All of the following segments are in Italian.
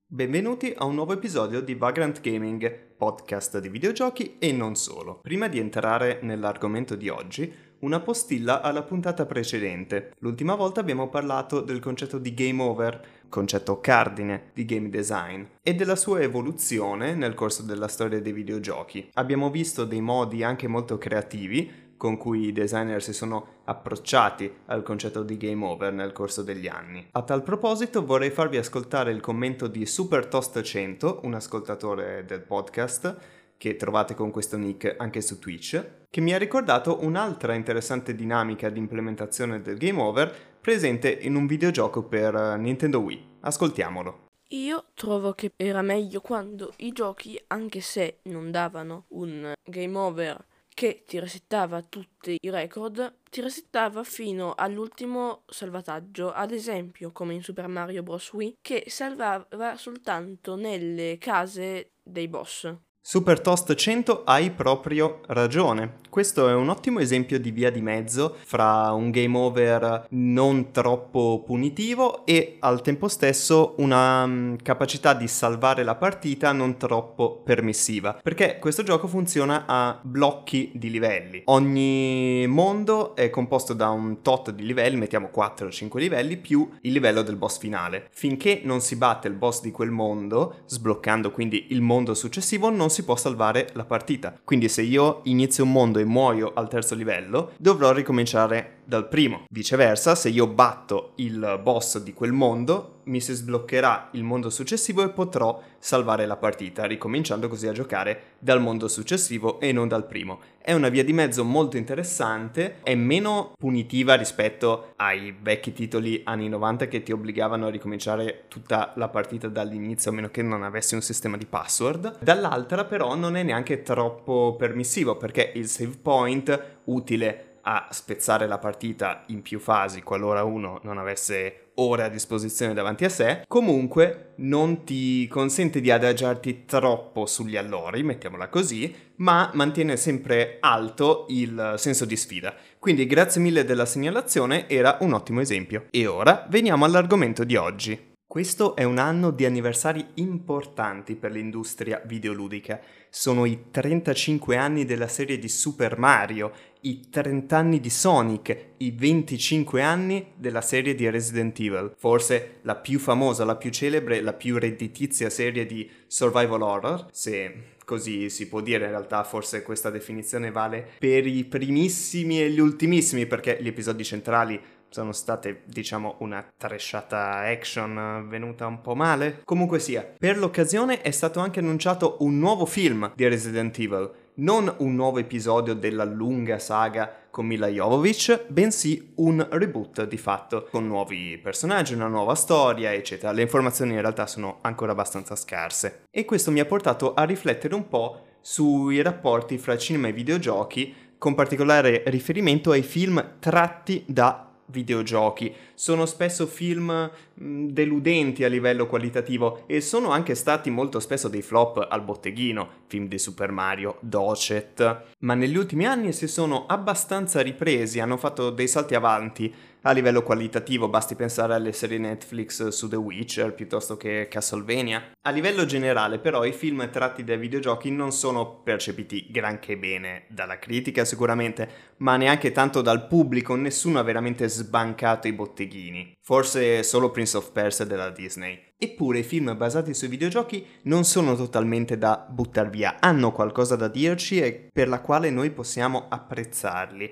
Benvenuti a un nuovo episodio di Vagrant Gaming, podcast di videogiochi e non solo. Prima di entrare nell'argomento di oggi, una postilla alla puntata precedente. L'ultima volta abbiamo parlato del concetto di game over, concetto cardine di game design, e della sua evoluzione nel corso della storia dei videogiochi. Abbiamo visto dei modi anche molto creativi con cui i designer si sono approcciati al concetto di game over nel corso degli anni. A tal proposito vorrei farvi ascoltare il commento di SuperToast100, un ascoltatore del podcast che trovate con questo nick anche su Twitch, che mi ha ricordato un'altra interessante dinamica di implementazione del game over presente in un videogioco per Nintendo Wii. Ascoltiamolo. Io trovo che era meglio quando i giochi, anche se non davano un game over che ti resettava tutti i record, ti resettava fino all'ultimo salvataggio, ad esempio come in Super Mario Bros. Wii, che salvava soltanto nelle case dei boss. SuperToast100, hai proprio ragione. Questo è un ottimo esempio di via di mezzo fra un game over non troppo punitivo e al tempo stesso una capacità di salvare la partita non troppo permissiva, perché questo gioco funziona a blocchi di livelli. Ogni mondo è composto da un tot di livelli, mettiamo 4 o 5 livelli, più il livello del boss finale. Finché non si batte il boss di quel mondo, sbloccando quindi il mondo successivo, non si può salvare la partita. Quindi se io inizio un mondo e muoio al terzo livello, dovrò ricominciare dal primo. Viceversa, se io batto il boss di quel mondo, mi si sbloccherà il mondo successivo e potrò salvare la partita, ricominciando così a giocare dal mondo successivo e non dal primo. È una via di mezzo molto interessante, è meno punitiva rispetto ai vecchi titoli anni 90 che ti obbligavano a ricominciare tutta la partita dall'inizio a meno che non avessi un sistema di password. Dall'altra però non è neanche troppo permissivo, perché il save point, utile a spezzare la partita in più fasi qualora uno non avesse ore a disposizione davanti a sé, comunque non ti consente di adagiarti troppo sugli allori, mettiamola così, ma mantiene sempre alto il senso di sfida. Quindi grazie mille della segnalazione, era un ottimo esempio. E ora veniamo all'argomento di oggi. Questo è un anno di anniversari importanti per l'industria videoludica. Sono i 35 anni della serie di Super Mario, i 30 anni di Sonic, i 25 anni della serie di Resident Evil, forse la più famosa, la più celebre, la più redditizia serie di survival horror, se così si può dire. In realtà forse questa definizione vale per i primissimi e gli ultimissimi, perché gli episodi centrali sono state, diciamo, una trashata action venuta un po' male. Comunque sia, per l'occasione è stato anche annunciato un nuovo film di Resident Evil, non un nuovo episodio della lunga saga con Mila Jovovich, bensì un reboot di fatto, con nuovi personaggi, una nuova storia, eccetera. Le informazioni in realtà sono ancora abbastanza scarse. E questo mi ha portato a riflettere un po' sui rapporti fra cinema e videogiochi, con particolare riferimento ai film tratti da videogiochi. Sono spesso film deludenti a livello qualitativo e sono anche stati molto spesso dei flop al botteghino, film di Super Mario, Docet, ma negli ultimi anni si sono abbastanza ripresi, hanno fatto dei salti avanti a livello qualitativo, basti pensare alle serie Netflix su The Witcher piuttosto che Castlevania. A livello generale però i film tratti dai videogiochi non sono percepiti granché bene dalla critica sicuramente, ma neanche tanto dal pubblico, nessuno ha veramente sbancato i botteghini. Forse solo Prince of Persia della Disney. Eppure i film basati sui videogiochi non sono totalmente da buttar via, hanno qualcosa da dirci e per la quale noi possiamo apprezzarli.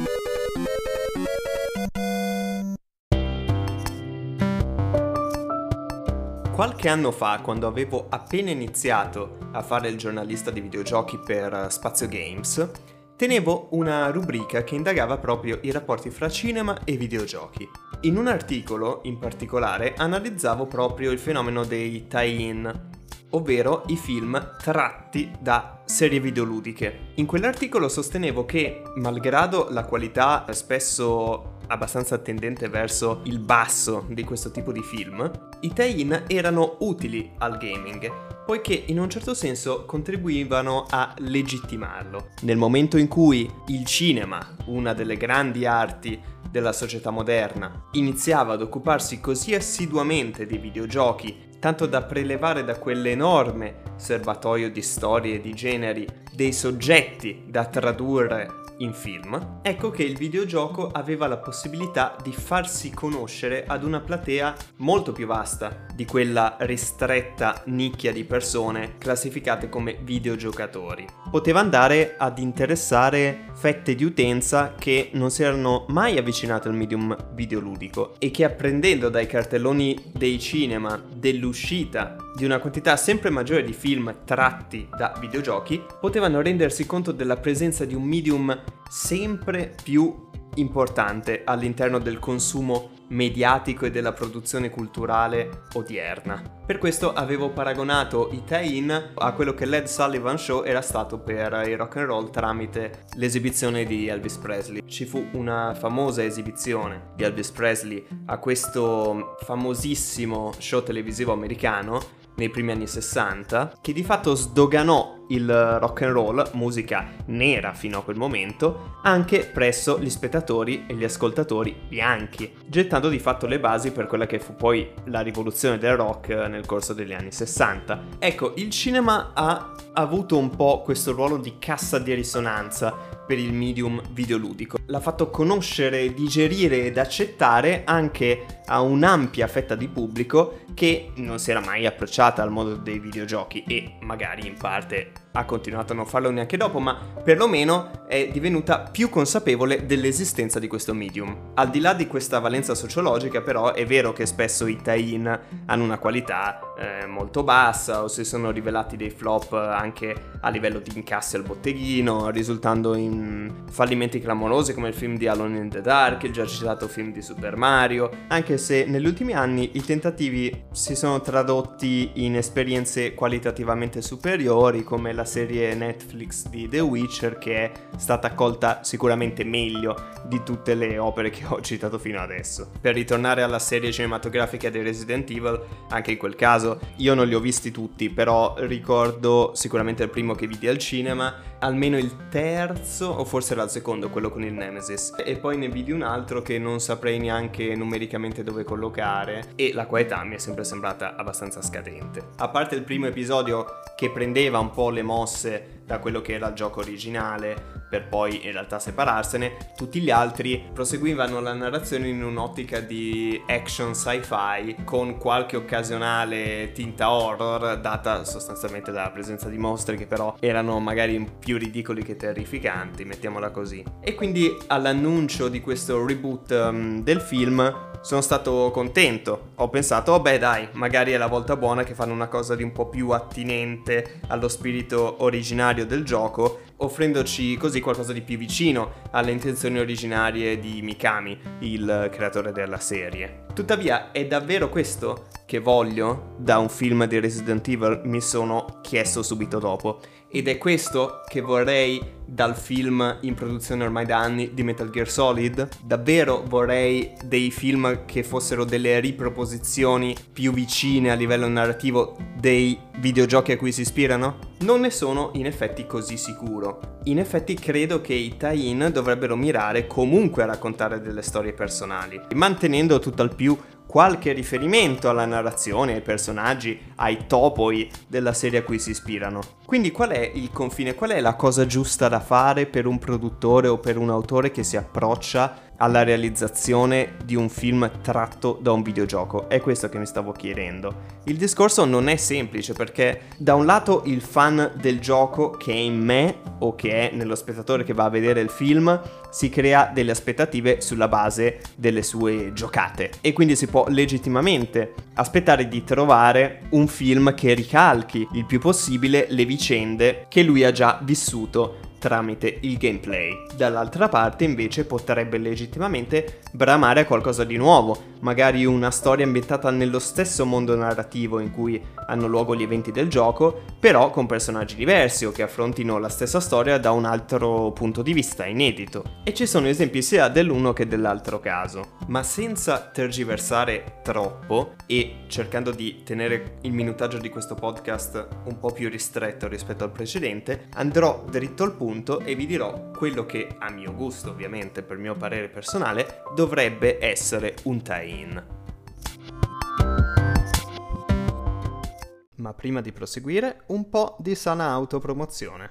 Qualche anno fa, quando avevo appena iniziato a fare il giornalista di videogiochi per Spazio Games, tenevo una rubrica che indagava proprio i rapporti fra cinema e videogiochi. In un articolo, in particolare, analizzavo proprio il fenomeno dei tie-in, ovvero i film tratti da serie videoludiche. In quell'articolo sostenevo che, malgrado la qualità spesso abbastanza tendente verso il basso di questo tipo di film, i tie-in erano utili al gaming, poiché in un certo senso contribuivano a legittimarlo. Nel momento in cui il cinema, una delle grandi arti della società moderna, iniziava ad occuparsi così assiduamente dei videogiochi tanto da prelevare da quell'enorme serbatoio di storie e di generi dei soggetti da tradurre in film, ecco che il videogioco aveva la possibilità di farsi conoscere ad una platea molto più vasta di quella ristretta nicchia di persone classificate come videogiocatori. Poteva andare ad interessare fette di utenza che non si erano mai avvicinate al medium videoludico e che, apprendendo dai cartelloni dei cinema dell'uscita di una quantità sempre maggiore di film tratti da videogiochi, potevano rendersi conto della presenza di un medium sempre più importante all'interno del consumo mediatico e della produzione culturale odierna. Per questo avevo paragonato i tie-in a quello che l'Ed Sullivan Show era stato per il rock and roll tramite l'esibizione di Elvis Presley. Ci fu una famosa esibizione di Elvis Presley a questo famosissimo show televisivo americano nei primi anni 60, che di fatto sdoganò il rock and roll, musica nera fino a quel momento, anche presso gli spettatori e gli ascoltatori bianchi, gettando di fatto le basi per quella che fu poi la rivoluzione del rock nel corso degli anni 60. Ecco, il cinema ha avuto un po' questo ruolo di cassa di risonanza per il medium videoludico. L'ha fatto conoscere, digerire ed accettare anche a un'ampia fetta di pubblico che non si era mai approcciata al mondo dei videogiochi e magari in parte ha continuato a non farlo neanche dopo, ma perlomeno è divenuta più consapevole dell'esistenza di questo medium. Al di là di questa valenza sociologica, però, è vero che spesso i tie-in hanno una qualità molto bassa o si sono rivelati dei flop anche a livello di incassi al botteghino, risultando in fallimenti clamorosi come il film di Alone in the Dark, il già citato film di Super Mario, anche se negli ultimi anni i tentativi si sono tradotti in esperienze qualitativamente superiori, come la serie Netflix di The Witcher, che è stata accolta sicuramente meglio di tutte le opere che ho citato fino adesso. Per ritornare alla serie cinematografica di Resident Evil, anche in quel caso io non li ho visti tutti, però ricordo sicuramente il primo che vidi al cinema, almeno il terzo o forse era il secondo, quello con il Nemesis, e poi ne vidi un altro che non saprei neanche numericamente dove collocare e la qualità mi è sempre sembrata abbastanza scadente. A parte il primo episodio che prendeva un po' le mosse da quello che era il gioco originale per poi in realtà separarsene, tutti gli altri proseguivano la narrazione in un'ottica di action sci-fi con qualche occasionale tinta horror data sostanzialmente dalla presenza di mostri che però erano magari più ridicoli che terrificanti, mettiamola così. E quindi all'annuncio di questo reboot del film sono stato contento, ho pensato oh beh dai, magari è la volta buona che fanno una cosa di un po' più attinente allo spirito originario del gioco, offrendoci così qualcosa di più vicino alle intenzioni originarie di Mikami, il creatore della serie. Tuttavia è davvero questo che voglio da un film di Resident Evil, mi sono chiesto subito dopo, ed è questo che vorrei dal film in produzione ormai da anni di Metal Gear Solid. Davvero vorrei dei film che fossero delle riproposizioni più vicine a livello narrativo dei videogiochi a cui si ispirano? Non ne sono in effetti così sicuro. In effetti credo che i tie-in dovrebbero mirare comunque a raccontare delle storie personali, mantenendo tutt'al più qualche riferimento alla narrazione, ai personaggi, ai topoi della serie a cui si ispirano. Quindi qual è il confine, qual è la cosa giusta da fare per un produttore o per un autore che si approccia alla realizzazione di un film tratto da un videogioco? È questo che mi stavo chiedendo. Il discorso non è semplice perché da un lato il fan del gioco che è in me o che è nello spettatore che va a vedere il film si crea delle aspettative sulla base delle sue giocate e quindi si può legittimamente aspettare di trovare un film che ricalchi il più possibile le vicende che lui ha già vissuto tramite il gameplay. Dall'altra parte invece potrebbe legittimamente bramare a qualcosa di nuovo, magari una storia ambientata nello stesso mondo narrativo in cui hanno luogo gli eventi del gioco, però con personaggi diversi o che affrontino la stessa storia da un altro punto di vista inedito. E ci sono esempi sia dell'uno che dell'altro caso. Ma senza tergiversare troppo e cercando di tenere il minutaggio di questo podcast un po' più ristretto rispetto al precedente, andrò dritto al punto e vi dirò quello che, a mio gusto ovviamente, per mio parere personale, dovrebbe essere un tie-in. Ma prima di proseguire, un po' di sana autopromozione.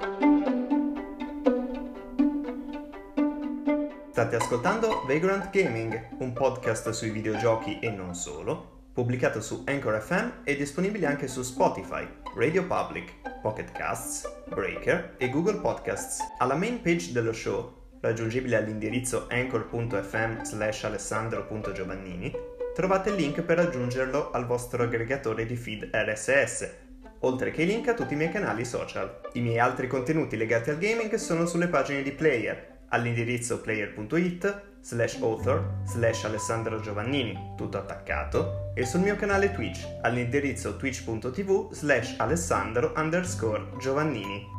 State ascoltando Vagrant Gaming, un podcast sui videogiochi e non solo, pubblicato su Anchor FM e disponibile anche su Spotify, Radio Public, Pocket Casts, Breaker e Google Podcasts. Alla main page dello show, raggiungibile all'indirizzo anchor.fm/alessandro.giovannini, trovate il link per aggiungerlo al vostro aggregatore di feed RSS, oltre che i link a tutti i miei canali social. I miei altri contenuti legati al gaming sono sulle pagine di Player, all'indirizzo player.it/author/Alessandro Giovannini, tutto attaccato, e sul mio canale Twitch, all'indirizzo twitch.tv/Alessandro_Giovannini.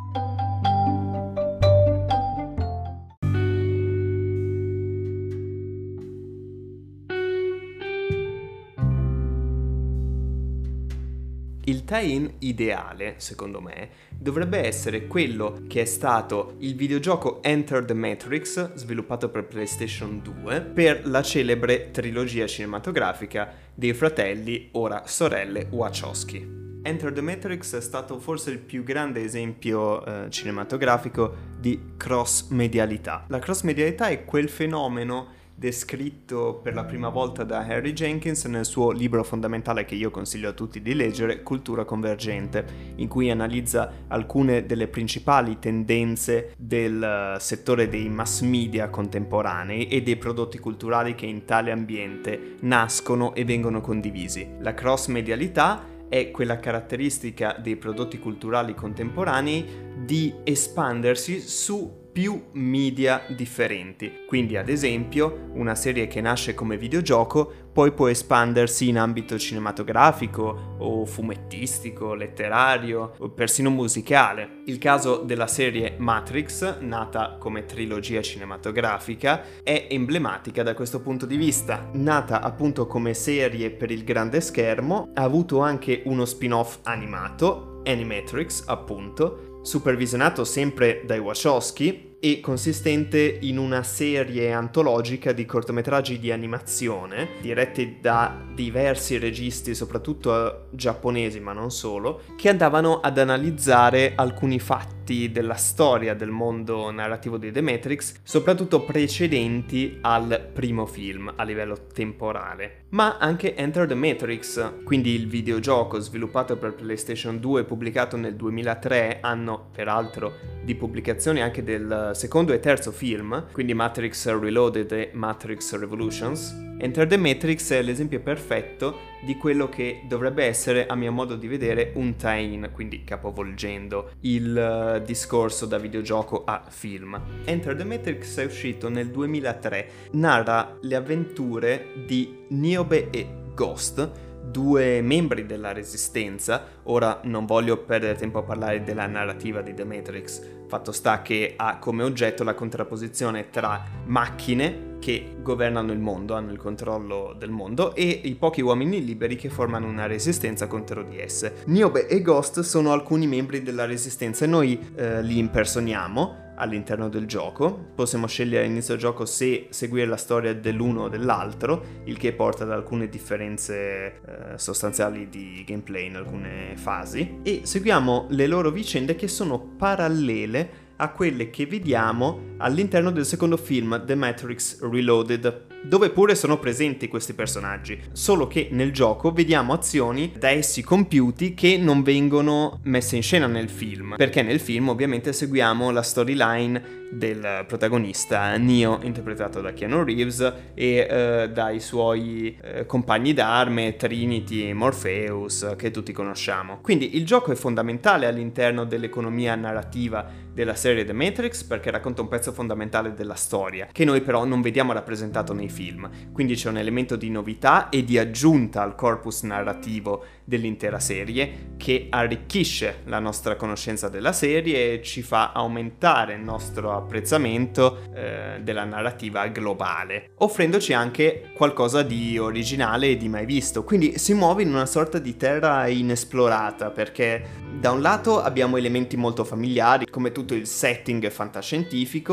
Il tie-in ideale, secondo me, dovrebbe essere quello che è stato il videogioco Enter the Matrix, sviluppato per PlayStation 2, per la celebre trilogia cinematografica dei fratelli, ora sorelle, Wachowski. Enter the Matrix è stato forse il più grande esempio cinematografico di cross-medialità. La cross-medialità è quel fenomeno descritto per la prima volta da Harry Jenkins nel suo libro fondamentale che io consiglio a tutti di leggere, Cultura Convergente, in cui analizza alcune delle principali tendenze del settore dei mass media contemporanei e dei prodotti culturali che in tale ambiente nascono e vengono condivisi. La cross-medialità è quella caratteristica dei prodotti culturali contemporanei di espandersi su più media differenti. Quindi, ad esempio, una serie che nasce come videogioco poi può espandersi in ambito cinematografico o fumettistico, letterario o persino musicale. Il caso della serie Matrix, nata come trilogia cinematografica, è emblematica da questo punto di vista. Nata appunto come serie per il grande schermo, ha avuto anche uno spin-off animato, Animatrix appunto, supervisionato sempre dai Wachowski e consistente in una serie antologica di cortometraggi di animazione diretti da diversi registi, soprattutto giapponesi ma non solo, che andavano ad analizzare alcuni fatti della storia del mondo narrativo di The Matrix, soprattutto precedenti al primo film a livello temporale. Ma anche Enter the Matrix, quindi il videogioco sviluppato per PlayStation 2 e pubblicato nel 2003, anno peraltro di pubblicazione anche del secondo e terzo film, quindi Matrix Reloaded e Matrix Revolutions. Enter the Matrix è l'esempio perfetto di quello che dovrebbe essere, a mio modo di vedere, un tie-in, quindi capovolgendo il discorso da videogioco a film. Enter the Matrix è uscito nel 2003, narra le avventure di Niobe e Ghost, due membri della Resistenza. Ora non voglio perdere tempo a parlare della narrativa di The Matrix, fatto sta che ha come oggetto la contrapposizione tra macchine che governano il mondo, hanno il controllo del mondo, e i pochi uomini liberi che formano una resistenza contro di esse. Niobe e Ghost sono alcuni membri della Resistenza e noi li impersoniamo all'interno del gioco. Possiamo scegliere all'inizio del gioco se seguire la storia dell'uno o dell'altro, il che porta ad alcune differenze sostanziali di gameplay in alcune fasi, e seguiamo le loro vicende che sono parallele a quelle che vediamo all'interno del secondo film, The Matrix Reloaded, dove pure sono presenti questi personaggi, solo che nel gioco vediamo azioni da essi compiuti che non vengono messe in scena nel film, perché nel film ovviamente seguiamo la storyline del protagonista Neo, interpretato da Keanu Reeves, e dai suoi compagni d'arme Trinity e Morpheus, che tutti conosciamo. Quindi il gioco è fondamentale all'interno dell'economia narrativa della serie The Matrix, perché racconta un pezzo fondamentale della storia, che noi però non vediamo rappresentato nei film. Quindi c'è un elemento di novità e di aggiunta al corpus narrativo dell'intera serie che arricchisce la nostra conoscenza della serie e ci fa aumentare il nostro apprezzamento della narrativa globale, offrendoci anche qualcosa di originale e di mai visto. Quindi si muove in una sorta di terra inesplorata, perché da un lato abbiamo elementi molto familiari come tutto il setting fantascientifico,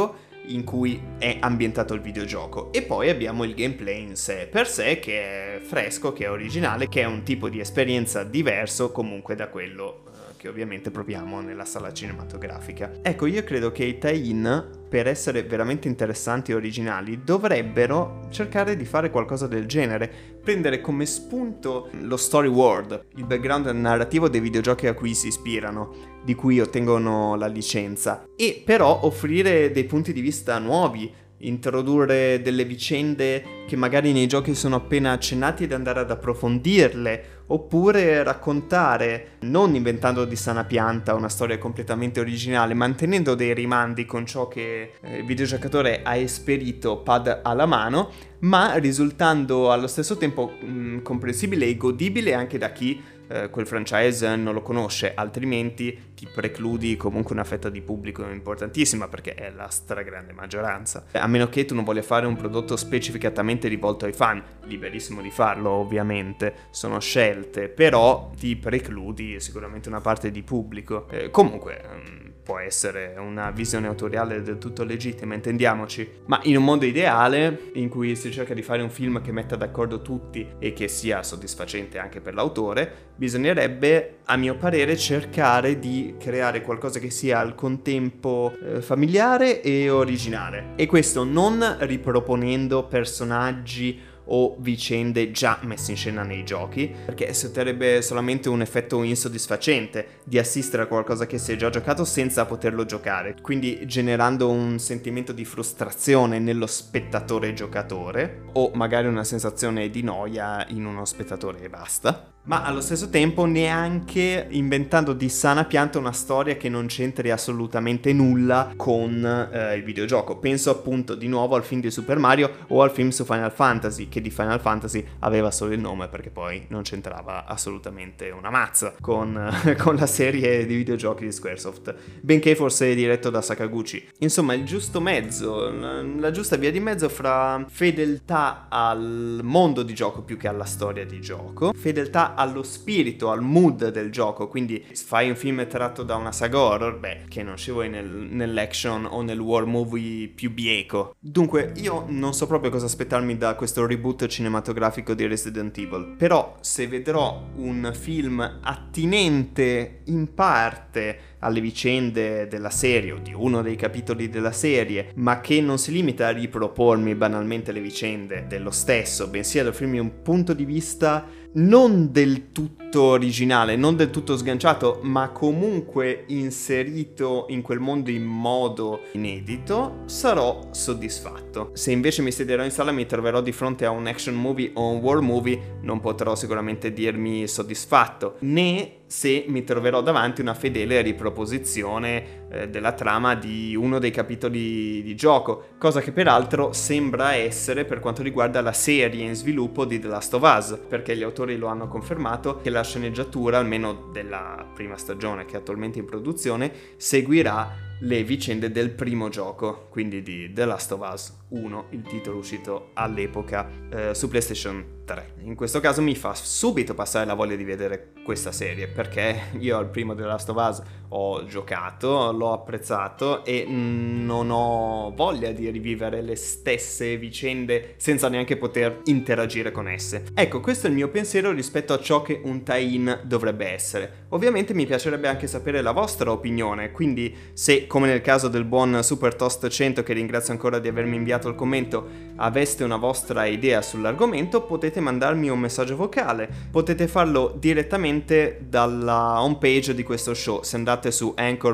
in cui è ambientato il videogioco. E poi abbiamo il gameplay in sé per sé, che è fresco, che è originale, che è un tipo di esperienza diverso comunque da quello che ovviamente proviamo nella sala cinematografica. Ecco, io credo che i tie-in, per essere veramente interessanti e originali, dovrebbero cercare di fare qualcosa del genere, prendere come spunto lo story world, il background narrativo dei videogiochi a cui si ispirano, di cui ottengono la licenza, e però offrire dei punti di vista nuovi, introdurre delle vicende che magari nei giochi sono appena accennati ed andare ad approfondirle, oppure raccontare, non inventando di sana pianta una storia completamente originale, mantenendo dei rimandi con ciò che il videogiocatore ha esperito pad alla mano, ma risultando allo stesso tempo comprensibile e godibile anche da chi quel franchise non lo conosce, altrimenti ti precludi comunque una fetta di pubblico importantissima, perché è la stragrande maggioranza. A meno che tu non voglia fare un prodotto specificatamente rivolto ai fan, liberissimo di farlo ovviamente, sono scelte, però ti precludi sicuramente una parte di pubblico. Comunque può essere una visione autoriale del tutto legittima, intendiamoci, ma in un mondo ideale in cui si cerca di fare un film che metta d'accordo tutti e che sia soddisfacente anche per l'autore, bisognerebbe, a mio parere, cercare di creare qualcosa che sia al contempo familiare e originale, e questo non riproponendo personaggi o vicende già messe in scena nei giochi, perché si otterrebbe solamente un effetto insoddisfacente di assistere a qualcosa che si è già giocato senza poterlo giocare, quindi generando un sentimento di frustrazione nello spettatore giocatore, o magari una sensazione di noia in uno spettatore e basta, ma allo stesso tempo neanche inventando di sana pianta una storia che non c'entri assolutamente nulla con il videogioco. Penso appunto di nuovo al film di Super Mario o al film su Final Fantasy, che di Final Fantasy aveva solo il nome perché poi non c'entrava assolutamente una mazza con la serie di videogiochi di Squaresoft, benché fosse diretto da Sakaguchi. Insomma, il giusto mezzo, la giusta via di mezzo fra fedeltà al mondo di gioco più che alla storia di gioco, fedeltà allo spirito, al mood del gioco. Quindi fai un film tratto da una saga horror, che non ci vuoi nell'action o nel war movie più bieco. Dunque io non so proprio cosa aspettarmi da questo reboot cinematografico di Resident Evil, però se vedrò un film attinente in parte alle vicende della serie o di uno dei capitoli della serie, ma che non si limita a ripropormi banalmente le vicende dello stesso, bensì ad offrirmi un punto di vista non del tutto originale, non del tutto sganciato, ma comunque inserito in quel mondo in modo inedito, sarò soddisfatto. Se invece mi siederò in sala e mi troverò di fronte a un action movie o un war movie, non potrò sicuramente dirmi soddisfatto, né se mi troverò davanti una fedele riproposizione della trama di uno dei capitoli di gioco, cosa che peraltro sembra essere per quanto riguarda la serie in sviluppo di The Last of Us, perché gli autori lo hanno confermato che la sceneggiatura, almeno della prima stagione che è attualmente in produzione, seguirà le vicende del primo gioco, quindi di The Last of Us 1, il titolo uscito all'epoca su PlayStation 3. In questo caso mi fa subito passare la voglia di vedere questa serie, perché io al primo The Last of Us ho giocato, l'ho apprezzato e non ho voglia di rivivere le stesse vicende senza neanche poter interagire con esse. Ecco, questo è il mio pensiero rispetto a ciò che un tie-in dovrebbe essere. Ovviamente mi piacerebbe anche sapere la vostra opinione, quindi se, come nel caso del buon Super Toast 100, che ringrazio ancora di avermi inviato il commento, aveste una vostra idea sull'argomento, potete mandarmi un messaggio vocale. Potete farlo direttamente dalla homepage di questo show. Se andate su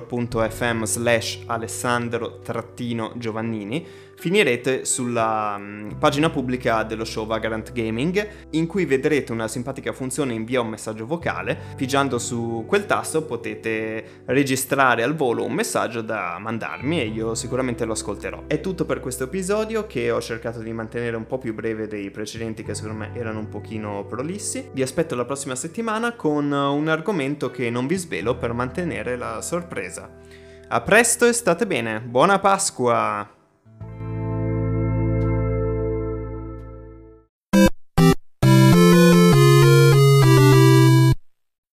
anchor.fm/Alessandro-Giovannini, finirete sulla pagina pubblica dello show Vagrant Gaming, in cui vedrete una simpatica funzione invia un messaggio vocale. Pigiando su quel tasto potete registrare al volo un messaggio da mandarmi e io sicuramente lo ascolterò. È tutto per questo episodio, che ho cercato di mantenere un po' più breve dei precedenti, che secondo me erano un pochino prolissi. Vi aspetto la prossima settimana con un argomento che non vi svelo per mantenere la sorpresa. A presto e state bene, buona Pasqua!